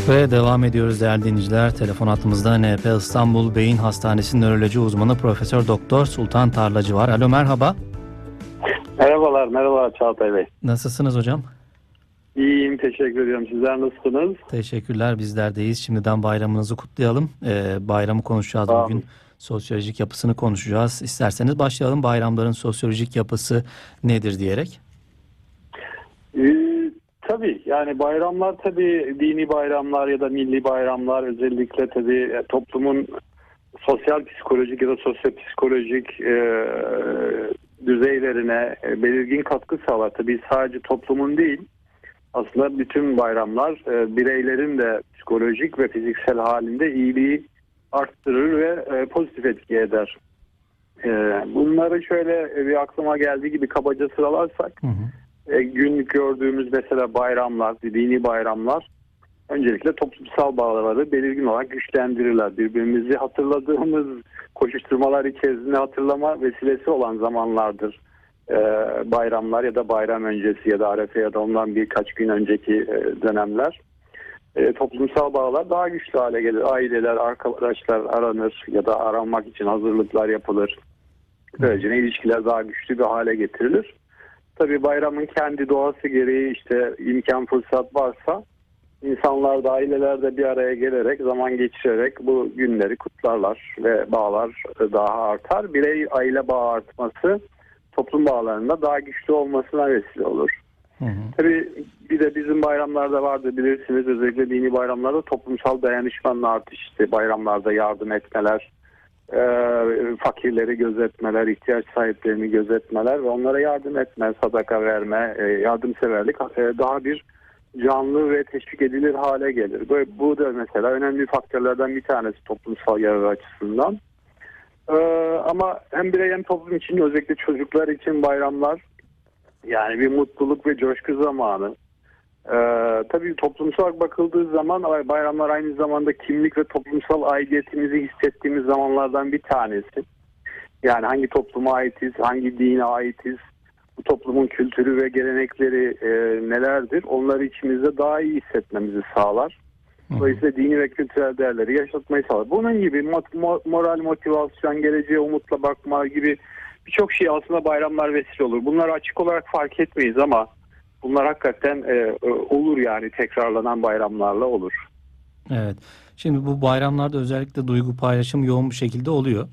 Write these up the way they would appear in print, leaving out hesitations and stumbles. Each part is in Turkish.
Ve devam ediyoruz değerli dinleyiciler. Telefon hattımızda NP İstanbul Beyin Hastanesi nöroloji uzmanı Profesör Doktor Sultan Tarlacı var. Alo, merhaba. Merhabalar Çağatay Bey. Nasılsınız hocam? İyiyim, teşekkür ediyorum. Sizler nasılsınız? Teşekkürler, bizler deyiz. Şimdiden bayramınızı kutlayalım. Bayramı konuşacağız bugün. Sosyolojik yapısını konuşacağız. İsterseniz başlayalım. Bayramların sosyolojik yapısı nedir diyerek. Tabii yani bayramlar tabii dini bayramlar ya da milli bayramlar özellikle tabii toplumun sosyal psikolojik ya da sosyopsikolojik düzeylerine belirgin katkı sağlar. Tabii sadece toplumun değil, aslında bütün bayramlar bireylerin de psikolojik ve fiziksel halinde iyiliği arttırır ve pozitif etki eder. Bunları şöyle bir aklıma geldiği gibi kabaca sıralarsak, günlük gördüğümüz mesela bayramlar, dini bayramlar öncelikle toplumsal bağları belirgin olarak güçlendirirler. Birbirimizi hatırladığımız koşuşturmalar içerisinde hatırlama vesilesi olan zamanlardır. Bayramlar ya da bayram öncesi ya da Arefe ya da ondan birkaç gün önceki dönemler. Toplumsal bağlar daha güçlü hale gelir. Aileler, arkadaşlar aranır ya da aranmak için hazırlıklar yapılır. Böylece ilişkiler daha güçlü bir hale getirilir. Tabii bayramın kendi doğası gereği işte imkan fırsat varsa insanlar da aileler de bir araya gelerek zaman geçirerek bu günleri kutlarlar ve bağlar daha artar. Birey aile bağı artması toplum bağlarında daha güçlü olmasına vesile olur. Tabii bir de bizim bayramlarda vardı bilirsiniz, özellikle dini bayramlarda toplumsal dayanışmanın artışı, işte bayramlarda yardım etmeler, fakirleri gözetmeler, ihtiyaç sahiplerini gözetmeler ve onlara yardım etme, sadaka verme, yardımseverlik daha bir canlı ve teşvik edilir hale gelir. Bu da mesela önemli faktörlerden bir tanesi toplumsal yarar açısından. Ama hem birey hem toplum için, özellikle çocuklar için bayramlar yani bir mutluluk ve coşku zamanı. Tabii toplumsal olarak bakıldığı zaman bayramlar aynı zamanda kimlik ve toplumsal aidiyetimizi hissettiğimiz zamanlardan bir tanesi. Yani hangi topluma aitiz, hangi dine aitiz, bu toplumun kültürü ve gelenekleri nelerdir, onları içimizde daha iyi hissetmemizi sağlar. Dolayısıyla dini ve kültürel değerleri yaşatmayı sağlar. Bunun gibi moral, motivasyon, geleceğe umutla bakma gibi birçok şey aslında bayramlar vesile olur. Bunları açık olarak fark etmeyiz ama bunlar hakikaten olur, yani tekrarlanan bayramlarla olur. Evet. Şimdi bu bayramlarda özellikle duygu paylaşımı yoğun bir şekilde oluyor.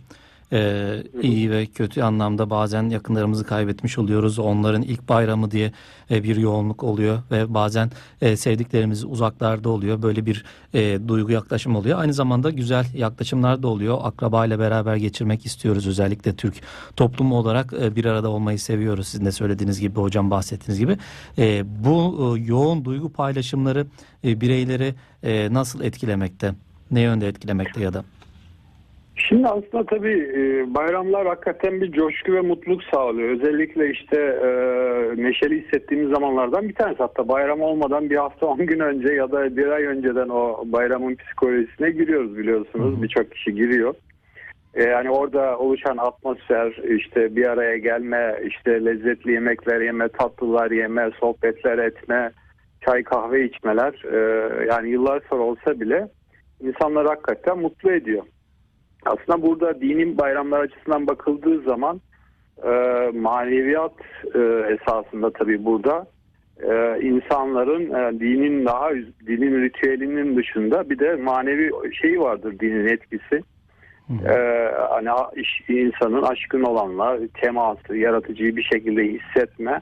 İyi ve kötü anlamda bazen yakınlarımızı kaybetmiş oluyoruz. Onların ilk bayramı diye bir yoğunluk oluyor ve bazen sevdiklerimiz uzaklarda oluyor. Böyle bir duygu yaklaşım oluyor. Aynı zamanda güzel yaklaşımlar da oluyor. Akraba ile beraber geçirmek istiyoruz. Özellikle Türk toplumu olarak bir arada olmayı seviyoruz. Sizin de söylediğiniz gibi, hocam bahsettiğiniz gibi. Bu yoğun duygu paylaşımları bireyleri nasıl etkilemekte? Ne yönde etkilemekte ya da? Şimdi aslında tabii bayramlar hakikaten bir coşku ve mutluluk sağlıyor. Özellikle işte neşeli hissettiğimiz zamanlardan bir tanesi. Hatta bayram olmadan bir hafta 10 gün önce ya da bir ay önceden o bayramın psikolojisine giriyoruz, biliyorsunuz. Birçok kişi giriyor. Yani orada oluşan atmosfer, işte bir araya gelme, işte lezzetli yemekler yeme, tatlılar yeme, sohbetler etme, çay kahve içmeler, yani yıllar sonra olsa bile insanları hakikaten mutlu ediyor. Aslında burada dini bayramlar açısından bakıldığı zaman maneviyat esasında tabii burada insanların dinin ritüelinin dışında bir de manevi şeyi vardır dinin etkisi. Hani insanın aşkın olanla teması, yaratıcıyı bir şekilde hissetme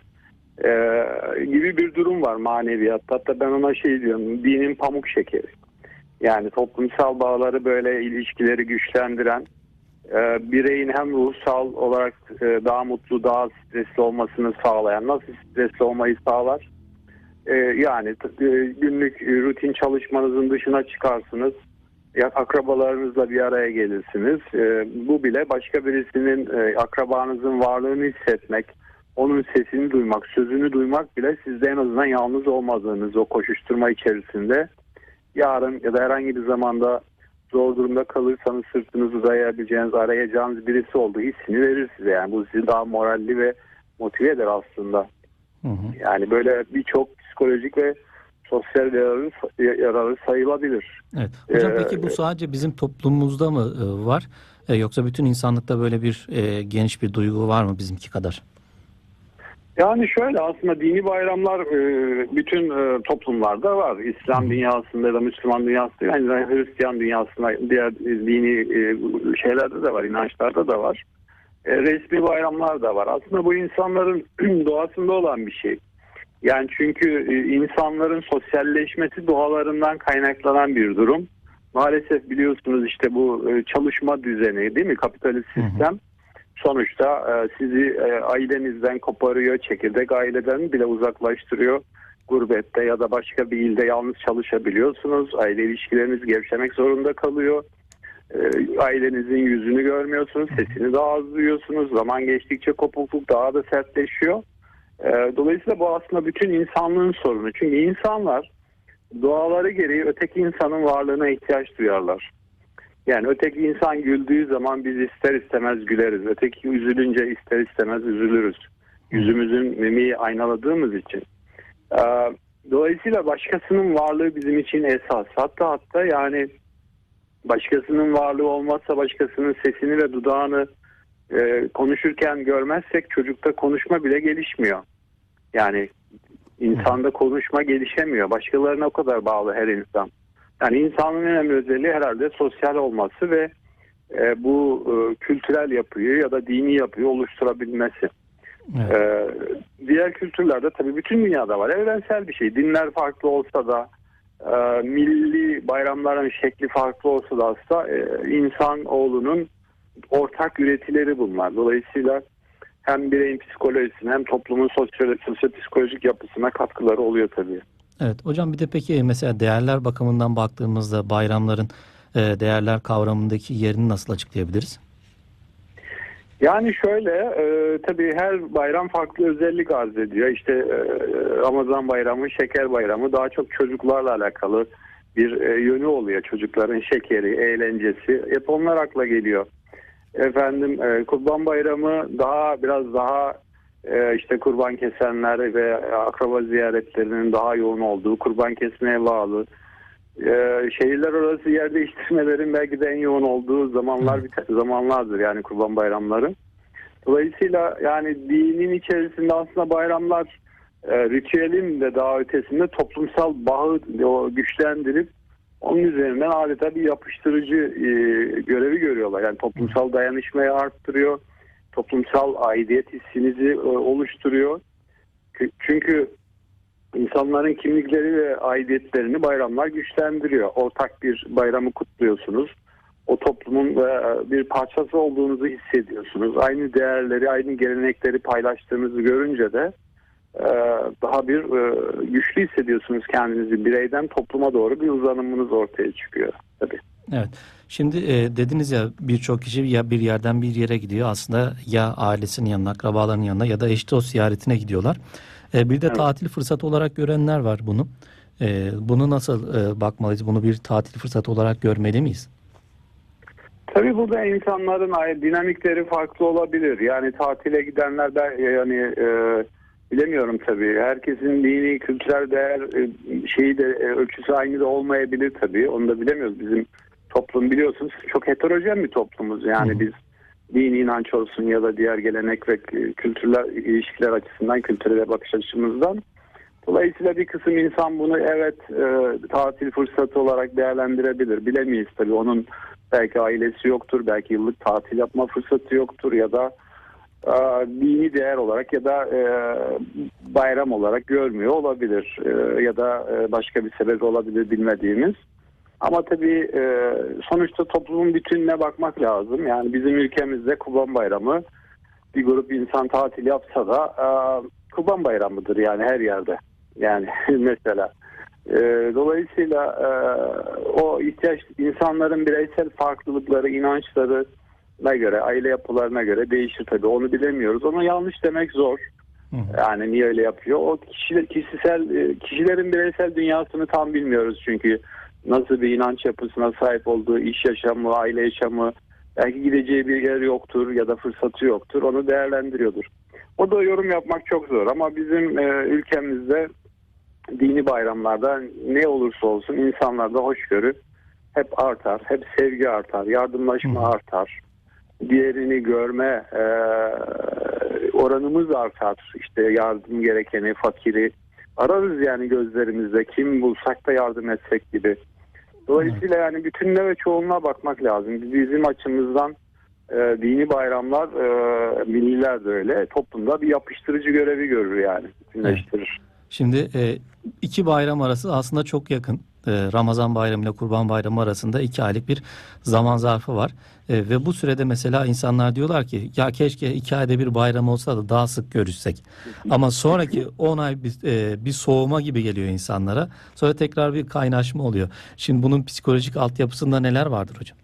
gibi bir durum var maneviyatta. Hatta ben ona şey diyorum, dinin pamuk şekeri. Yani toplumsal bağları, böyle ilişkileri güçlendiren, bireyin hem ruhsal olarak daha mutlu, daha stresli olmasını sağlayan, nasıl stresli olmayı sağlar? Yani günlük rutin çalışmanızın dışına çıkarsınız, akrabalarınızla bir araya gelirsiniz. Bu bile başka birisinin, akrabanızın varlığını hissetmek, onun sesini duymak, sözünü duymak bile sizde en azından yalnız olmadığınız o koşuşturma içerisinde yarın ya da herhangi bir zamanda zor durumda kalırsanız sırtınızı dayayabileceğiniz, arayacağınız birisi olduğu hissini verir size. Yani bu sizi daha moralli ve motive eder aslında. Yani böyle birçok psikolojik ve sosyal yararı sayılabilir. Evet. Hocam peki bu sadece bizim toplumumuzda mı var? Yoksa bütün insanlıkta böyle bir geniş bir duygu var mı bizimki kadar? Yani şöyle, aslında dini bayramlar bütün toplumlarda var. İslam dünyasında da Müslüman dünyasında, yani Hristiyan dünyasında, diğer dini şeylerde de var, inançlarda da var. Resmi bayramlar da var. Aslında bu insanların doğasında olan bir şey. Yani çünkü insanların sosyalleşmesi doğalarından kaynaklanan bir durum. Maalesef biliyorsunuz işte bu çalışma düzeni, değil mi? Kapitalist sistem. Sonuçta sizi ailenizden koparıyor, çekirdek aileden bile uzaklaştırıyor. Gurbette ya da başka bir ilde yalnız çalışabiliyorsunuz. Aile ilişkileriniz gevşemek zorunda kalıyor. Ailenizin yüzünü görmüyorsunuz, sesini daha az duyuyorsunuz. Zaman geçtikçe kopukluk daha da sertleşiyor. Dolayısıyla bu aslında bütün insanlığın sorunu. Çünkü insanlar doğaları gereği öteki insanın varlığına ihtiyaç duyarlar. Yani öteki insan güldüğü zaman biz ister istemez güleriz. Öteki üzülünce ister istemez üzülürüz. Yüzümüzün mimiği aynaladığımız için. Dolayısıyla başkasının varlığı bizim için esas. Hatta yani başkasının varlığı olmazsa, başkasının sesini ve dudağını konuşurken görmezsek çocukta konuşma bile gelişmiyor. Yani insanda konuşma gelişemiyor. Başkalarına o kadar bağlı her insan. Yani insanın en önemli özelliği herhalde sosyal olması ve bu kültürel yapıyı ya da dini yapıyı oluşturabilmesi. Evet. Diğer kültürlerde tabii bütün dünyada var. Evrensel bir şey. Dinler farklı olsa da, milli bayramların şekli farklı olsa da aslında insan oğlunun ortak üretileri bunlar. Dolayısıyla hem bireyin psikolojisine hem toplumun sosyopsikolojik yapısına katkıları oluyor tabii. Evet hocam, bir de peki mesela değerler bakımından baktığımızda bayramların değerler kavramındaki yerini nasıl açıklayabiliriz? Yani şöyle, tabii her bayram farklı özellik arz ediyor. İşte Ramazan bayramı, şeker bayramı daha çok çocuklarla alakalı bir yönü oluyor. Çocukların şekeri, eğlencesi hep onlar akla geliyor. Efendim Kurban Bayramı biraz daha işte kurban kesenler ve akraba ziyaretlerinin daha yoğun olduğu, kurban kesmeye bağlı, şehirler arası yer değiştirmelerin belki de en yoğun olduğu zamanlardır yani Kurban Bayramları. Dolayısıyla yani dinin içerisinde aslında bayramlar ritüelin de daha ötesinde toplumsal bağı güçlendirip onun üzerinden adeta bir yapıştırıcı görevi görüyorlar. Yani toplumsal dayanışmayı arttırıyor, toplumsal aidiyet hissinizi oluşturuyor. Çünkü insanların kimlikleri ve aidiyetlerini bayramlar güçlendiriyor. Ortak bir bayramı kutluyorsunuz. O toplumun bir parçası olduğunuzu hissediyorsunuz. Aynı değerleri, aynı gelenekleri paylaştığınızı görünce de daha bir güçlü hissediyorsunuz kendinizi. Bireyden topluma doğru bir uzanımınız ortaya çıkıyor tabii. Evet. Şimdi dediniz ya, birçok kişi ya bir yerden bir yere gidiyor. Aslında ya ailesinin yanına, akrabalarının yanına ya da eş dost ziyaretine gidiyorlar. Bir de tatil fırsatı olarak görenler var bunu. Bunu nasıl bakmalıyız? Bunu bir tatil fırsatı olarak görmeli miyiz? Tabii burada insanların dinamikleri farklı olabilir. Yani tatile gidenler de yani bilemiyorum tabii. Herkesin dini, kültürel değer ölçüsü aynı da olmayabilir tabii. Onu da bilemiyoruz. Bizim toplum biliyorsunuz çok heterojen bir toplumuz. Yani biz dini inanç olsun ya da diğer gelenek ve kültürler ilişkiler açısından, kültürel bakış açımızdan. Dolayısıyla bir kısım insan bunu tatil fırsatı olarak değerlendirebilir. Bilemeyiz tabii. Onun belki ailesi yoktur, belki yıllık tatil yapma fırsatı yoktur ya da dini değer olarak ya da bayram olarak görmüyor olabilir. Ya da başka bir sebep olabilir bilmediğimiz. Ama tabii sonuçta toplumun bütününe bakmak lazım. Yani bizim ülkemizde Kurban Bayramı bir grup insan tatil yapsa da Kurban Bayramı'dır yani her yerde. Yani mesela. Dolayısıyla o insanların bireysel farklılıkları, inançlarına göre, aile yapılarına göre değişir tabii. Onu bilemiyoruz. Onu yanlış demek zor. Yani niye öyle yapıyor? O kişilerin bireysel dünyasını tam bilmiyoruz çünkü. Nasıl bir inanç yapısına sahip olduğu, iş yaşamı, aile yaşamı, belki gideceği bir yer yoktur ya da fırsatı yoktur. Onu değerlendiriyordur. O da yorum yapmak çok zor ama bizim ülkemizde dini bayramlarda ne olursa olsun insanlarda hoşgörü hep artar, hep sevgi artar, yardımlaşma artar, diğerini görme oranımız artar. İşte yardım gerekeni, fakiri ararız yani gözlerimizde, kim bulsak da yardım etsek gibi. Dolayısıyla yani bütününe ve çoğunluğa bakmak lazım. Bizim açımızdan dini bayramlar, milliler de öyle, toplumda bir yapıştırıcı görevi görür yani, bütünleştirir. Şimdi iki bayram arası aslında çok yakın. Ramazan bayramı ile Kurban Bayramı arasında 2 aylık bir zaman zarfı var. Ve bu sürede mesela insanlar diyorlar ki ya keşke 2 ayda bir bayram olsa da daha sık görüşsek. Ama sonraki 10 ay bir soğuma gibi geliyor insanlara. Sonra tekrar bir kaynaşma oluyor. Şimdi bunun psikolojik altyapısında neler vardır hocam?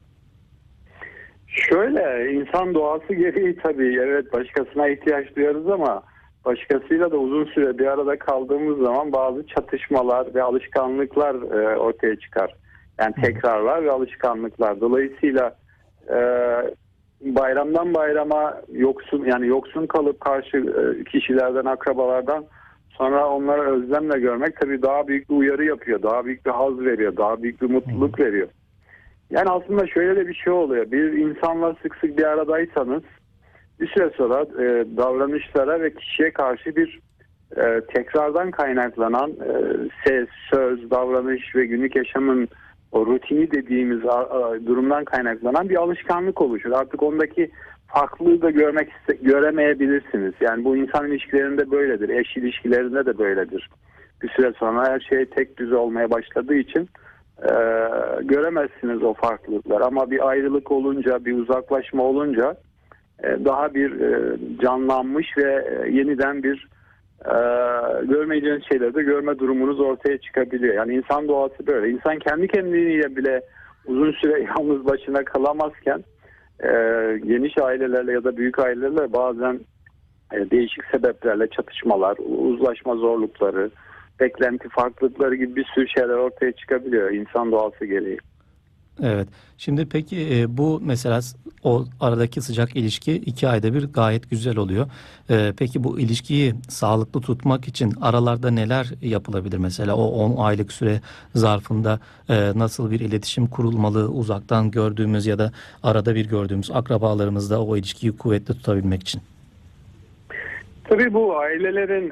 Şöyle, insan doğası gereği tabii evet başkasına ihtiyaç duyarız ama başkasıyla da uzun süre bir arada kaldığımız zaman bazı çatışmalar ve alışkanlıklar ortaya çıkar. Yani tekrarlar ve alışkanlıklar. Dolayısıyla bayramdan bayrama yoksun kalıp karşı kişilerden, akrabalardan sonra onları özlemle görmek tabii daha büyük bir uyarı yapıyor. Daha büyük bir haz veriyor. Daha büyük bir mutluluk veriyor. Yani aslında şöyle de bir şey oluyor. Bir insanla sık sık bir aradaysanız bir süre sonra davranışlara ve kişiye karşı bir tekrardan kaynaklanan ses, söz, davranış ve günlük yaşamın o rutini dediğimiz durumdan kaynaklanan bir alışkanlık oluşur. Artık ondaki farklılığı da göremeyebilirsiniz. Yani bu insan ilişkilerinde böyledir. Eş ilişkilerinde de böyledir. Bir süre sonra her şey tek düze olmaya başladığı için göremezsiniz o farklılıklar. Ama bir ayrılık olunca, bir uzaklaşma olunca daha bir canlanmış ve yeniden bir görmeyeceğiniz şeyleri de görme durumunuz ortaya çıkabiliyor. Yani insan doğası böyle. İnsan kendi kendine bile uzun süre yalnız başına kalamazken geniş ailelerle ya da büyük ailelerle bazen değişik sebeplerle çatışmalar, uzlaşma zorlukları, beklenti farklılıkları gibi bir sürü şeyler ortaya çıkabiliyor insan doğası gereği. Evet. Şimdi peki bu mesela o aradaki sıcak ilişki 2 ayda bir gayet güzel oluyor. Peki bu ilişkiyi sağlıklı tutmak için aralarda neler yapılabilir? Mesela o 10 aylık süre zarfında nasıl bir iletişim kurulmalı, uzaktan gördüğümüz ya da arada bir gördüğümüz akrabalarımızla o ilişkiyi kuvvetli tutabilmek için? Tabii bu ailelerin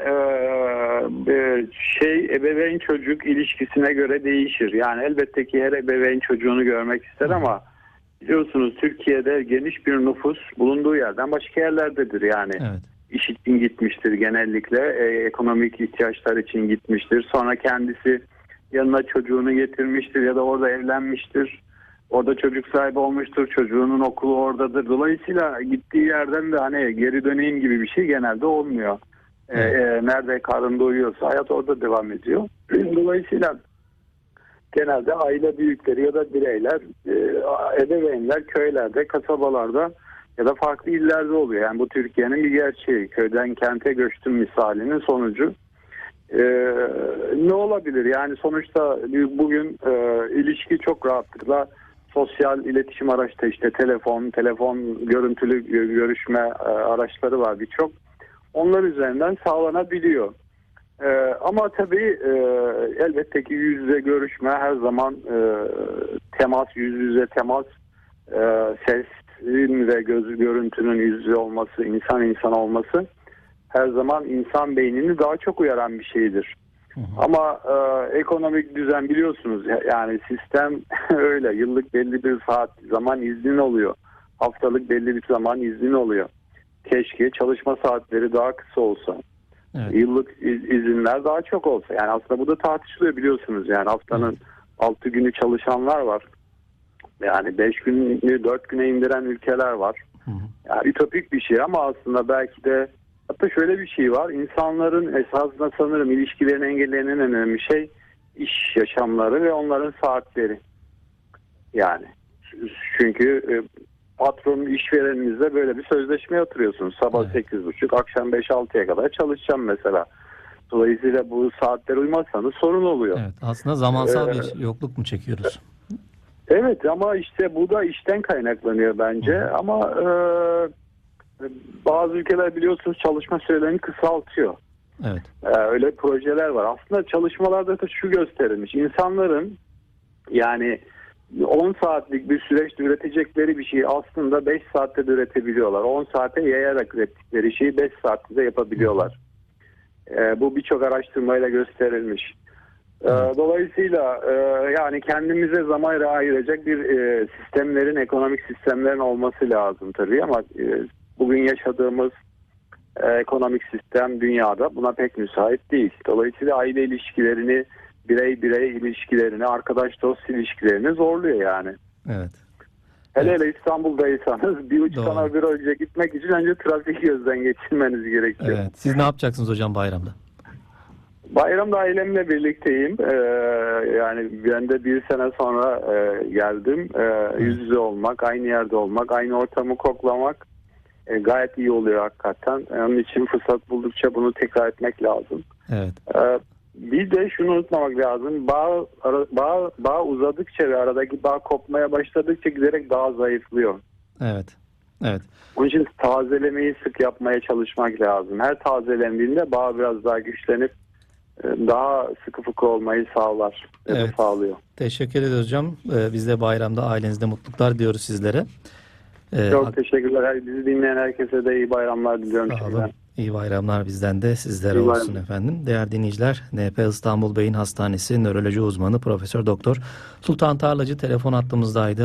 ebeveyn çocuk ilişkisine göre değişir. Yani elbette ki her ebeveyn çocuğunu görmek ister ama biliyorsunuz Türkiye'de geniş bir nüfus bulunduğu yerden başka yerlerdedir. Yani Evet. iş için gitmiştir genellikle, ekonomik ihtiyaçlar için gitmiştir. Sonra kendisi yanına çocuğunu getirmiştir ya da orada evlenmiştir. Orada çocuk sahibi olmuştur. Çocuğunun okulu oradadır. Dolayısıyla gittiği yerden de hani geri döneyim gibi bir şey genelde olmuyor. Nerede karın doyuyorsa hayat orada devam ediyor. Dolayısıyla genelde aile büyükleri ya da bireyler, ebeveynler köylerde, kasabalarda ya da farklı illerde oluyor. Yani bu Türkiye'nin bir gerçeği. Köyden kente göçtüm misalinin sonucu. Ne olabilir? Yani sonuçta bugün ilişki çok rahatlıkla sosyal iletişim araçta işte telefon görüntülü görüşme araçları var birçok. Onlar üzerinden sağlanabiliyor. Ama tabii elbette ki yüz yüze görüşme her zaman yüz yüze temas, sesin ve görüntünün yüz yüze olması, insan olması her zaman insan beynini daha çok uyaran bir şeydir. Ama ekonomik düzen biliyorsunuz yani sistem öyle. Yıllık belli bir zaman iznin oluyor. Haftalık belli bir zaman iznin oluyor. Keşke çalışma saatleri daha kısa olsa. Evet. Yıllık izinler daha çok olsa. Yani aslında bu da tartışılıyor biliyorsunuz. Yani haftanın 6 günü çalışanlar var. Yani 5 günü 4 güne indiren ülkeler var. Yani ütopik bir şey ama aslında belki de hatta şöyle bir şey var. İnsanların esasında sanırım ilişkilerini engelleyen en önemli şey iş yaşamları ve onların saatleri. Yani çünkü patronun işvereninizle böyle bir sözleşmeye oturuyorsunuz. Sabah 8.30 akşam 5-6'ya kadar çalışacağım mesela. Dolayısıyla bu saatlere uymazsanız sorun oluyor. Evet, aslında zamansal bir yokluk mu çekiyoruz? Evet ama işte bu da işten kaynaklanıyor bence. Ama bazı ülkeler biliyorsunuz çalışma sürelerini kısaltıyor. Evet. Öyle projeler var. Aslında çalışmalarda da şu gösterilmiş. İnsanların yani 10 saatlik bir süreçte üretecekleri bir şeyi aslında 5 saatte de üretebiliyorlar. 10 saate yayarak ürettikleri şeyi 5 saatte de yapabiliyorlar. Bu birçok araştırmayla gösterilmiş. Dolayısıyla yani kendimize zaman ayıracak bir sistemlerin, ekonomik sistemlerin olması lazım tabii ama bugün yaşadığımız ekonomik sistem dünyada buna pek müsait değil. Dolayısıyla aile ilişkilerini, birey ilişkilerini, arkadaş dost ilişkilerini zorluyor yani. Evet. Hele İstanbul'daysanız bir uçtan Doğru. öbür uca gitmek için önce trafiği gözden geçirmeniz gerekiyor. Evet. Siz ne yapacaksınız hocam bayramda? Bayramda ailemle birlikteyim. Yani ben de bir sene sonra geldim. Yüz yüze olmak, aynı yerde olmak, aynı ortamı koklamak gayet iyi oluyor hakikaten. Onun için fırsat buldukça bunu tekrar etmek lazım. Evet. Bir de şunu unutmamak lazım. Bağ uzadıkça ve aradaki bağ kopmaya başladıkça giderek daha zayıflıyor. Evet. Evet. Onun için tazelemeyi sık yapmaya çalışmak lazım. Her tazelendiğinde bağ biraz daha güçlenip daha sıkı fıkı olmayı sağlar. Evet. Sağlıyor. Teşekkür ederiz hocam. Biz de bayramda ailenizde mutluluklar diyoruz sizlere. Çok teşekkürler. Bizi dinleyen herkese de iyi bayramlar diliyorum. Sağ olun. İyi bayramlar bizden de sizlere İyi olsun bayram. efendim. Değerli dinleyiciler, NP İstanbul Beyin Hastanesi Nöroloji Uzmanı Profesör Doktor Sultan Tarlacı telefon hattımızdaydı.